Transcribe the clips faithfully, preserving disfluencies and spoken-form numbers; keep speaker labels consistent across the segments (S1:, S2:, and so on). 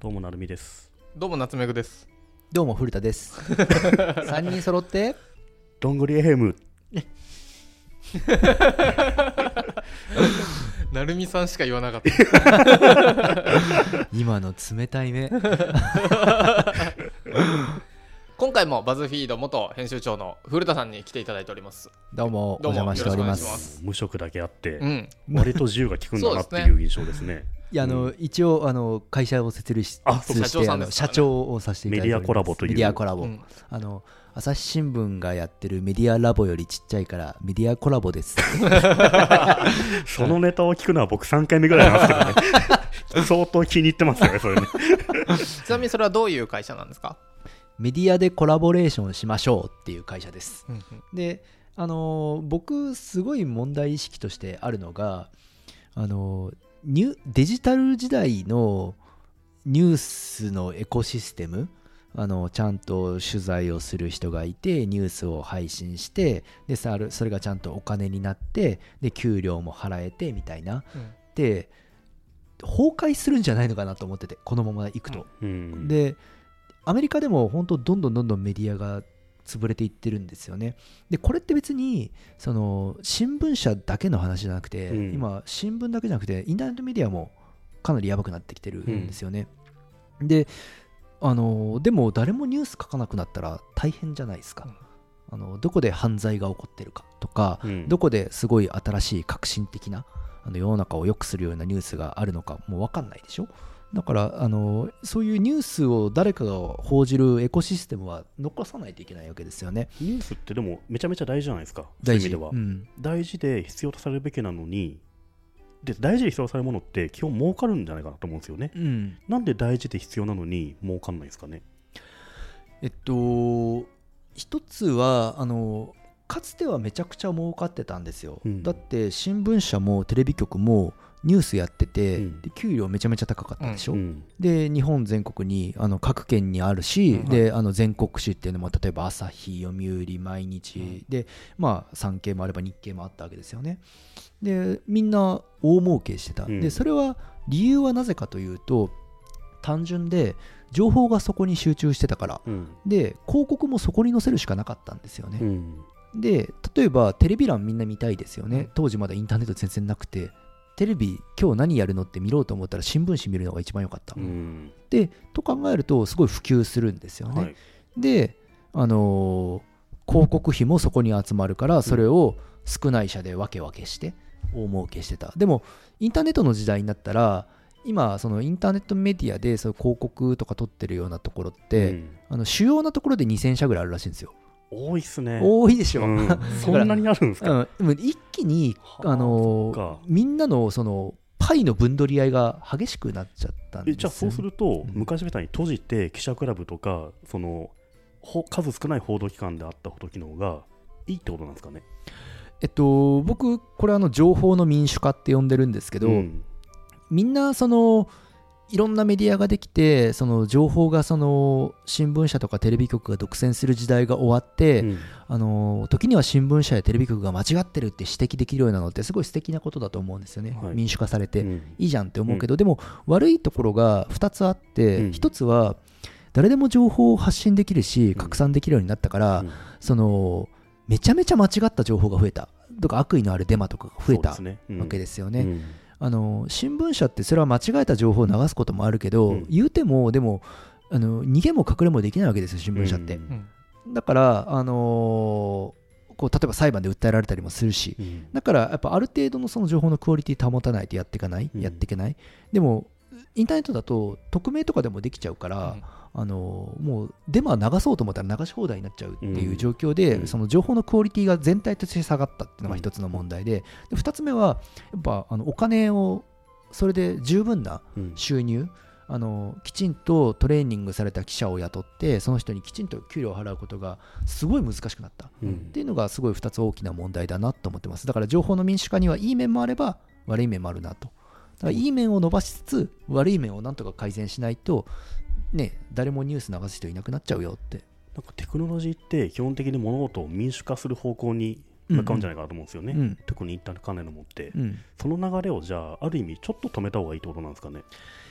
S1: どうもなるみです。
S2: どうも夏目ぐです。
S3: どうも古田ですさんにん揃って
S1: どんぐりエヘム
S2: なるみさんしか言わなかった
S3: 今の冷たい目
S2: 今回もバズフィード元編集長の古田さんに来ていただいております。
S3: どうもお邪魔しております。
S1: 無職だけあって、
S2: うん、
S1: 割と自由が利くんだなっていう印象ですね。
S3: いやあの、うん、一応あの会社を設立し
S2: あそう社長さんですからね、
S3: 社長をさせていただいております。
S1: メディアコラボという
S3: メディアコラボ、うん、あの朝日新聞がやってるメディアラボよりちっちゃいからメディアコラボです
S1: そのネタを聞くのは僕さんかいめぐらいなんですけどね相当気に入ってますよねそれね
S2: ちなみにそれはどういう会社なんですか？
S3: メディアでコラボレーションしましょうっていう会社です、
S2: うんうん、
S3: であの僕すごい問題意識としてあるのがあのニュデジタル時代のニュースのエコシステム、あのちゃんと取材をする人がいてニュースを配信してでそれがちゃんとお金になってで給料も払えてみたいな、うん、で崩壊するんじゃないのかなと思ってて、このままいくと、うん、でアメリカでも本当どんどんどんどんメディアが潰れていってるんですよね。でこれって別にその新聞社だけの話じゃなくて、うん、今新聞だけじゃなくてインターネットメディアもかなりやばくなってきてるんですよね、うん、であのでも誰もニュース書かなくなったら大変じゃないですか、うん、あのどこで犯罪が起こってるかとか、うん、どこですごい新しい革新的なあの世の中を良くするようなニュースがあるのかもう分かんないでしょ。だからあのそういうニュースを誰かが報じるエコシステムは残さないといけないわけですよね。
S1: ニュースってでもめちゃめちゃ大事じゃないですか。
S3: 大事、
S1: そういう意味では、
S3: うん、
S1: 大事で必要とされるべきなのに、で大事で必要とされるものって基本儲かるんじゃないかなと思うんですよね、うん、なんで大事で必要なのに儲かんないですかね。
S3: えっと一つはあのかつてはめちゃくちゃ儲かってたんですよ、うん、だって新聞社もテレビ局もニュースやってて、うん、で給料めちゃめちゃ高かったでしょ、うん、で日本全国にあの各県にあるし、うん、であの全国紙っていうのも例えば朝日、読売、毎日、うん、でまあ産経もあれば日経もあったわけですよね。でみんな大儲けしてた、うん、でそれは理由はなぜかというと単純で情報がそこに集中してたから、うん、で広告もそこに載せるしかなかったんですよね、うん、で例えばテレビ欄みんな見たいですよね、うん、当時まだインターネット全然なくてテレビ今日何やるのって見ろうと思ったら新聞紙見るのが一番良かった、うん、でと考えるとすごい普及するんですよね、はい、で、あのー、広告費もそこに集まるからそれを少ない社で分け分けして大儲けしてた。でもインターネットの時代になったら今そのインターネットメディアでそういう広告とか撮ってるようなところって、うん、あの主要なところでにせんしゃぐらいあるらしいんですよ。
S1: 多いっすね。
S3: 多いでしょ、うん、
S1: そんなにあるんですか、
S3: うん、一気にあのみんなのそのパイの分取り合いが激しくなっちゃったんですよ。
S1: えじゃあそうすると、うん、昔みたいに閉じて記者クラブとかその数少ない報道機関であった時の方がいいってことなんですかね。
S3: えっと僕これあの情報の民主化って呼んでるんですけど、うん、みんなそのいろんなメディアができてその情報がその新聞社とかテレビ局が独占する時代が終わって、うん、あの時には新聞社やテレビ局が間違ってるって指摘できるようなのってすごい素敵なことだと思うんですよね、はい、民主化されて、うん、いいじゃんって思うけど、うん、でも悪いところがふたつあって、うん、ひとつは誰でも情報を発信できるし拡散できるようになったから、うん、そのめちゃめちゃ間違った情報が増えたとか悪意のあるデマとかが増えたわけですよね、うんうん、あの新聞社ってそれは間違えた情報を流すこともあるけど、うん、言うてもでもあの逃げも隠れもできないわけですよ新聞社って、うんうん、だから、あのー、こう例えば裁判で訴えられたりもするし、うん、だからやっぱある程度のその情報のクオリティ保たないとやっていかない、うん、やっていけない。でもインターネットだと匿名とかでもできちゃうから、うんあのもうデマ流そうと思ったら流し放題になっちゃうっていう状況で、うん、その情報のクオリティが全体として下がったっていうのが一つの問題 で, でふたつめはやっぱあのお金をそれで十分な収入、うん、あのきちんとトレーニングされた記者を雇ってその人にきちんと給料を払うことがすごい難しくなった、うん、っていうのがすごいふたつ大きな問題だなと思ってます。だから情報の民主化にはいい面もあれば悪い面もあるなと。だからいい面を伸ばしつつ悪い面をなんとか改善しないとね、誰もニュース流す人いなくなっちゃうよって。
S1: なんかテクノロジーって基本的に物事を民主化する方向に向かうんじゃないかなと思うんですよね、うんうん、特にインターネット関連のもって、うん、その流れをじゃあある意味ちょっと止めた方がいいってことなんですかね。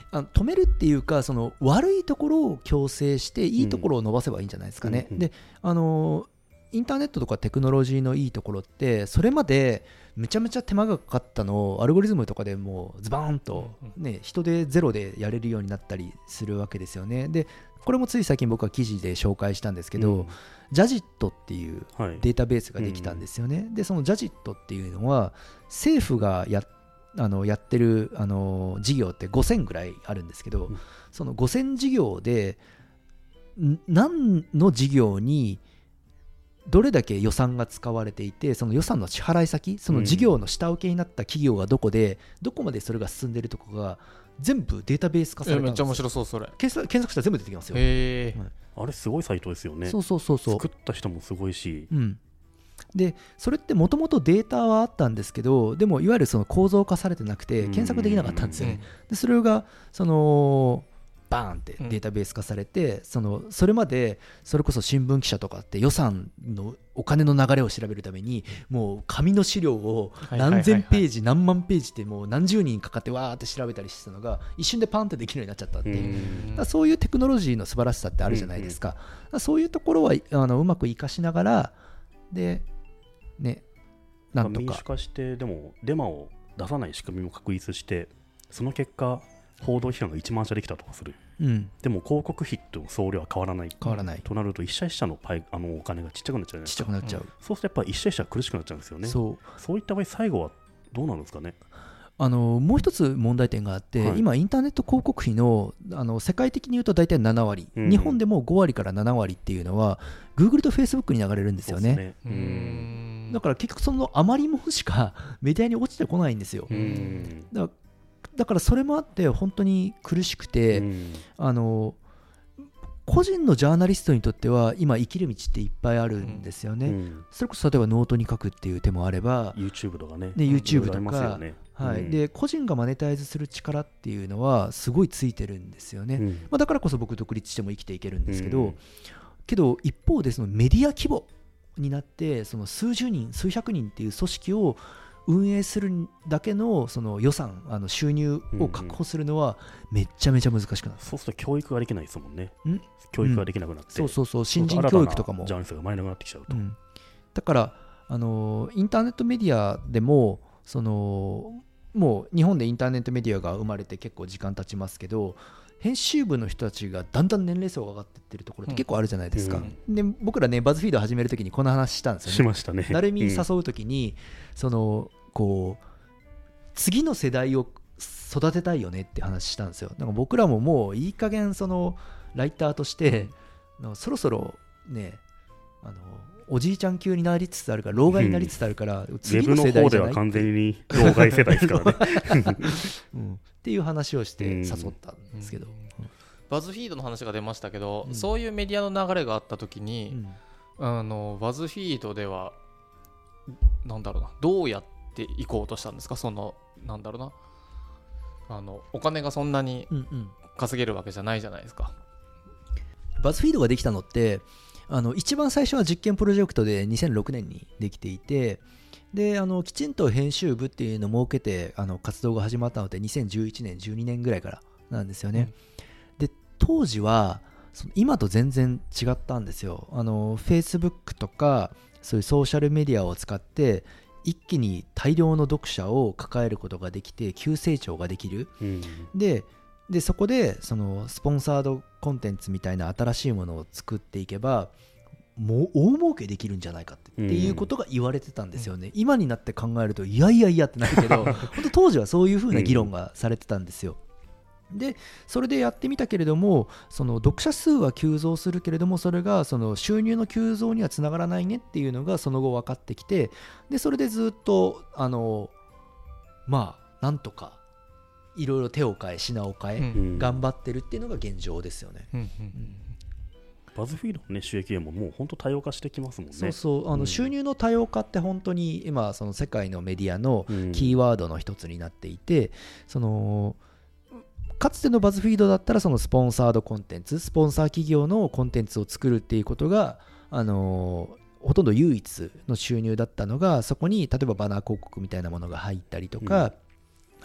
S3: あの止めるっていうかその悪いところを矯正していいところを伸ばせばいいんじゃないですかね、うん、であのインターネットとかテクノロジーのいいところってそれまでめちゃめちゃ手間がかかったのをアルゴリズムとかでもうズバーンと、ね、人でゼロでやれるようになったりするわけですよね。でこれもつい最近僕は記事で紹介したんですけど、うん、ジャジットっていうデータベースができたんですよね、はい、でそのジャジットっていうのは政府がやあのやってるあの事業ってごせんぐらいあるんですけど、うん、そのごせん事業で何の事業にどれだけ予算が使われていてその予算の支払い先その事業の下請けになった企業がどこで、うん、どこまでそれが進んでいるところが全部データベース化されたんですよ。めっちゃ面白そうそれ検索、検索したら全部出てきますよ。
S2: へー、
S1: はい、あれすごいサイトですよね。
S3: そうそうそうそう
S1: 作った人もすごいし、
S3: うん、でそれってもともとデータはあったんですけどでもいわゆるその構造化されてなくて検索できなかったんですよね。でそれがそのバーンってデータベース化されて、うん、そのそれまでそれこそ新聞記者とかって予算のお金の流れを調べるためにもう紙の資料を何千ページ何万ページってもう何十人かかってわーって調べたりしてたのが一瞬でパンってできるようになっちゃったっていう、うん、だそういうテクノロジーの素晴らしさってあるじゃないですか、うんうん、だそういうところはあのうまく活かしながらでねなんとか
S1: 民主化してでもデマを出さない仕組みも確立してその結果報道批判がいちまん社できたとかする、うん、でも広告費と総量は変わらない
S3: 変わらない
S1: となると一社一社のパイあのお金がちっちゃくなっちゃうじゃないですか。
S3: ちっちゃくなっちゃう、
S1: うん、そうするとやっぱり一社一社苦しくなっちゃうんですよね。そうそういった場合最後はどうなるんですかね。
S3: あのもう一つ問題点があって、はい、今インターネット広告費 の, あの世界的に言うと大体ななわり、うん、日本でもごわりからななわりっていうのは Google と Facebook に流れるんですよ ね, そうですね。うーんだから結局その余りもんしかメディアに落ちてこないんですよ。うんだからだからそれもあって本当に苦しくて、うん、あの個人のジャーナリストにとっては今生きる道っていっぱいあるんですよね、うん、それこそ例えばノートに書くっていう手もあれば
S1: YouTube とかね、
S3: ね YouTube とか、
S1: ね
S3: はい
S1: うん、
S3: で個人がマネタイズする力っていうのはすごいついてるんですよね、うんまあ、だからこそ僕独立しても生きていけるんですけど、うん、けど一方でそのメディア規模になってその数十人数百人っていう組織を運営するだけ の, その予算あの収入を確保するのはめっちゃめちゃ難しくなる、うんうん、
S1: そうすると教育ができないですもんね。ん教育ができなくなって、うん、
S3: そうそうそう新人教育とかも
S1: ジャーナリストが前なくなってきちゃうと、うん、
S3: だからあのインターネットメディアでもそのもう日本でインターネットメディアが生まれて結構時間経ちますけど編集部の人たちがだんだん年齢層が上がっていってるところって結構あるじゃないですか、うん、で僕らねバズフィード始めるときにこの話したんですよね。
S1: しましたね。
S3: なるみに誘うときに、うん、そのこう次の世代を育てたいよねって話したんですよ。だから僕らももういい加減そのライターとして、うん、そろそろねあのおじいちゃん級になりつつあるから老害になりつつあるから、うん、次の世代じゃない
S1: ウェブの方では完全に老害世代ですからね、
S3: うん、っていう話をして誘ったんですけど、うん
S2: うん、バズフィードの話が出ましたけど、うん、そういうメディアの流れがあった時に、うん、あのバズフィードではなんだろうなどうやっていこうとしたんですか。そのなんだろうなあのお金がそんなに稼げるわけじゃないじゃないですか、
S3: うんうん、バズフィードができたのってあの一番最初は実験プロジェクトでにせんろくねんにできていてであのきちんと編集部っていうのを設けてあの活動が始まったのでにせんじゅういちねんじゅうにねんぐらいからなんですよね、うん、で当時はその今と全然違ったんですよ。あの Facebook とかそういうソーシャルメディアを使って一気に大量の読者を抱えることができて急成長ができる、うん、で, でそこでそのスポンサードコンテンツみたいな新しいものを作っていけばもう大儲けできるんじゃないかって、うん、っていうことが言われてたんですよね、うん、今になって考えるといやいやいやってなるけど本当当時はそういう風な議論がされてたんですよ。でそれでやってみたけれどもその読者数は急増するけれどもそれがその収入の急増にはつながらないねっていうのがその後分かってきてでそれでずっとあのまあなんとかいろいろ手を変え品を変え、うん、頑張ってるっていうのが現状ですよね、うんうんうん、
S1: バズフィードの、ね、収益源ももう本当多様化してきますもんね。
S3: そうそうあの収入の多様化って本当に今その世界のメディアのキーワードの一つになっていて、うん、そのかつてのバズフィードだったらそのスポンサードコンテンツスポンサー企業のコンテンツを作るっていうことが、あのー、ほとんど唯一の収入だったのがそこに例えばバナー広告みたいなものが入ったりとか、うん、あの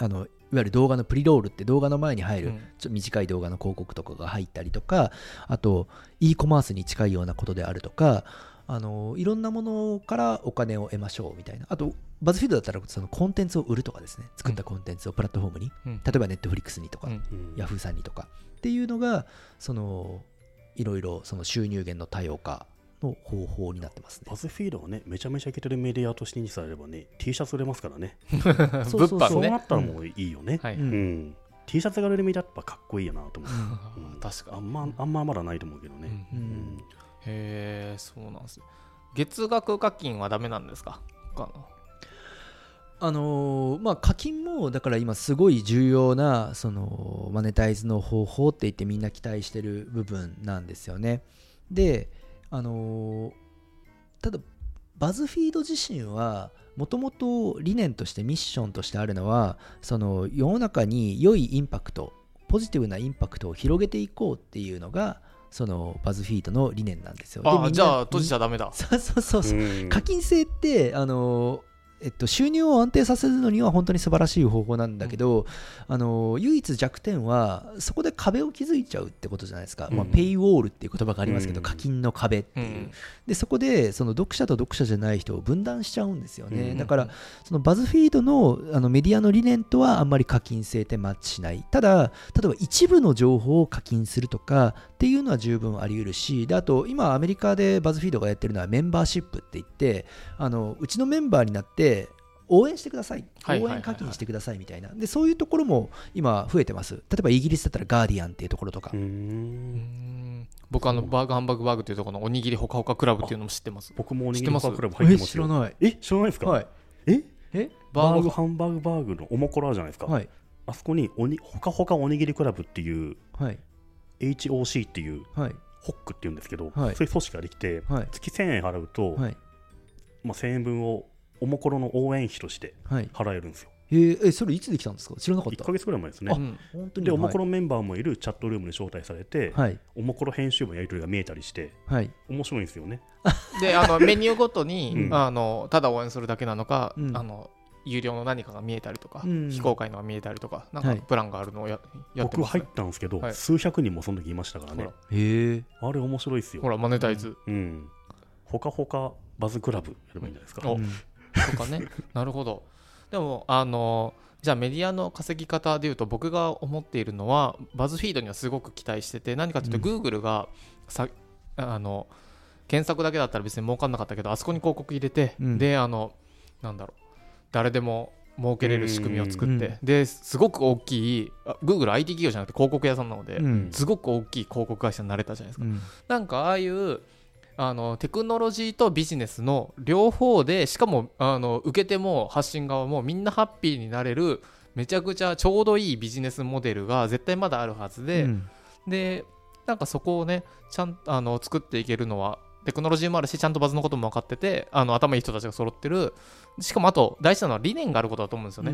S3: ゆる動画のプリロールって動画の前に入る、うん、ちょっと短い動画の広告とかが入ったりとか、あと e コマースに近いようなことであるとか、あのいろんなものからお金を得ましょうみたいな、あとバズフィードだったらそのコンテンツを売るとかですね、作ったコンテンツをプラットフォームに、うん、例えばネットフリックスにとか、うん、ヤフーさんにとかっていうのがそのいろいろその収入源の多様化の方法になってますね。
S1: バズフィードはね、めちゃめちゃいけてるメディアとして認知されればね、 T シャツ売れますからね。
S2: そうそうそう、
S1: そうなったらもういいよね、うんはいうん、T シャツが売れるメディアってかっこいいよなと思う、うん、確かあんまあんままだないと思うけどね、うんうん、
S2: へえ、そうなんですよ。月額課金はダメなんですか？
S3: あのーまあ、課金もだから今すごい重要なそのマネタイズの方法って言ってみんな期待してる部分なんですよね。で、あのー、ただバズフィード自身はもともと理念としてミッションとしてあるのは、その世の中に良いインパクト、ポジティブなインパクトを広げていこうっていうのがそのバズフィードの理念なんですよ。
S2: ああ、じゃあ閉じちゃダメだ。
S3: そうそうそうそう、課金制ってあのえっと、収入を安定させるのには本当に素晴らしい方法なんだけど、うん、あの唯一弱点はそこで壁を築いちゃうってことじゃないですか、うんまあ、ペイウォールっていう言葉がありますけど、うん、課金の壁っていう、うん、でそこでその読者と読者じゃない人を分断しちゃうんですよね、うん、だからそのバズフィード の, あのメディアの理念とはあんまり課金制ってマッチしない。ただ例えば一部の情報を課金するとかっていうのは十分あり得るし、であと今アメリカでバズフィードがやってるのはメンバーシップって言って、あのうちのメンバーになって応援してください、応援課金してくださいみたいな、でそういうところも今増えてます。例えばイギリスだったらガーディアンっていうところとか。うー
S2: ん、僕あのバーグハンバーグバーグっていうところのおにぎりほかほかクラブっていうのも知ってます。
S1: 僕もおにぎりほかほかクラブ入ってますよ。
S3: え知らない。
S1: え知らないですか、
S3: はい、
S1: え
S3: え
S1: バーグハンバーグバーグのおもころあるじゃないですか、はい、あそこにおにほかほかおにぎりクラブっていう、はい、エイチオーシー っていう、はい、ホックっていうんですけど、はい、そういう組織ができて、はい、月せんえん払うと、はいまあ、せんえん分をおもころの応援費として払えるんですよ、
S3: はい、えー、えそれいつできたんですか？知らなかった。
S1: いっかげつくらい前ですね。本当にでおもころメンバーもいるチャットルームに招待されて、はい、おもころ編集部のやり取りが見えたりして、はい、面白いんですよね。
S2: であのメニューごとに、うん、あのただ応援するだけなのか、うん、あの有料の何かが見えたりとか、うん、非公開のが見えたりとか、なんかプランがあるのを や,、はい、やってます、ね、
S1: 僕入ったんですけど、はい、数百人もその時いましたからね。
S3: へえ、
S1: あれ面白いですよ。
S2: ほらマネタイズ、
S1: うんうん、ほかほかバズクラブやればいいんじゃないですか、うん
S2: とかねなるほど。でもあのじゃあメディアの稼ぎ方でいうと、僕が思っているのはバズフィードにはすごく期待してて、何かというと、うん、Google がさあの検索だけだったら別に儲かんなかったけど、あそこに広告入れて、うん、であのなんだろう誰でも儲けれる仕組みを作って、ですごく大きい Google アイティー 企業じゃなくて広告屋さんなので、うん、すごく大きい広告会社になれたじゃないですか、うん、なんかああいうあのテクノロジーとビジネスの両方で、しかもあの受け手も発信側もみんなハッピーになれるめちゃくちゃちょうどいいビジネスモデルが絶対まだあるはずで、うん、でなんかそこをねちゃんとあの作っていけるのはテクノロジーもあるし、ちゃんとバズのことも分かってて、あの頭いい人たちが揃ってる。しかもあと大事なのは理念があることだと思うんですよね、うん、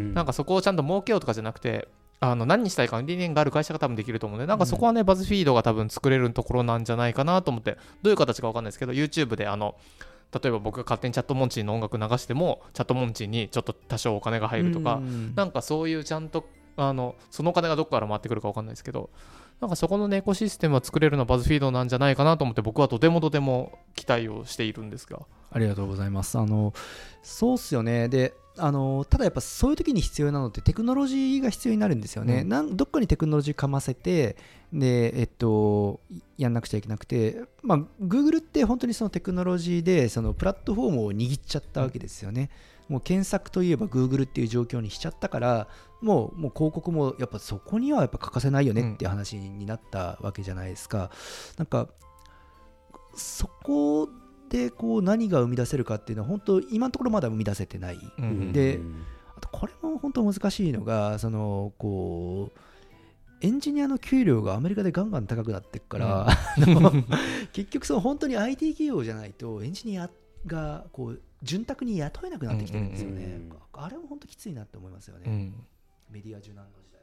S2: なんかそこをちゃんと儲けようとかじゃなくて、あの何にしたいかの理念がある会社が多分できると思うので、なんかそこはね、うん、バズフィードが多分作れるところなんじゃないかなと思って、どういう形か分かんないですけど YouTube であの例えば僕が勝手にチャットモンチーの音楽流してもチャットモンチーにちょっと多少お金が入るとか、うん、なんかそういうちゃんとあのそのお金がどこから回ってくるか分かんないですけど、なんかそこの、ね、エコシステムを作れるのはバズフィードなんじゃないかなと思って、僕はとてもとても期待をしているんですが。
S3: ありがとうございます。あのそうっすよね。であのただやっぱそういう時に必要なのってテクノロジーが必要になるんですよね、うん、なんどっかにテクノロジーかませてで、えっと、やんなくちゃいけなくて、まあ、Google って本当にそのテクノロジーでそのプラットフォームを握っちゃったわけですよね、うん、もう検索といえば Google っていう状況にしちゃったから、もう、もう広告もやっぱそこにはやっぱ欠かせないよねっていう話になったわけじゃないですか、うん、なんかそこでこう何が生み出せるかっていうのは本当今のところまだ生み出せてない、うん、であとこれも本当難しいのが、そのこうエンジニアの給料がアメリカでガンガン高くなっていくから、うん、結局その本当に アイティー 企業じゃないとエンジニアがこう潤沢に雇えなくなってきてるんですよね、うんうんうん、あれも本当きついなって思いますよね、うん、メディア柔軟の時代。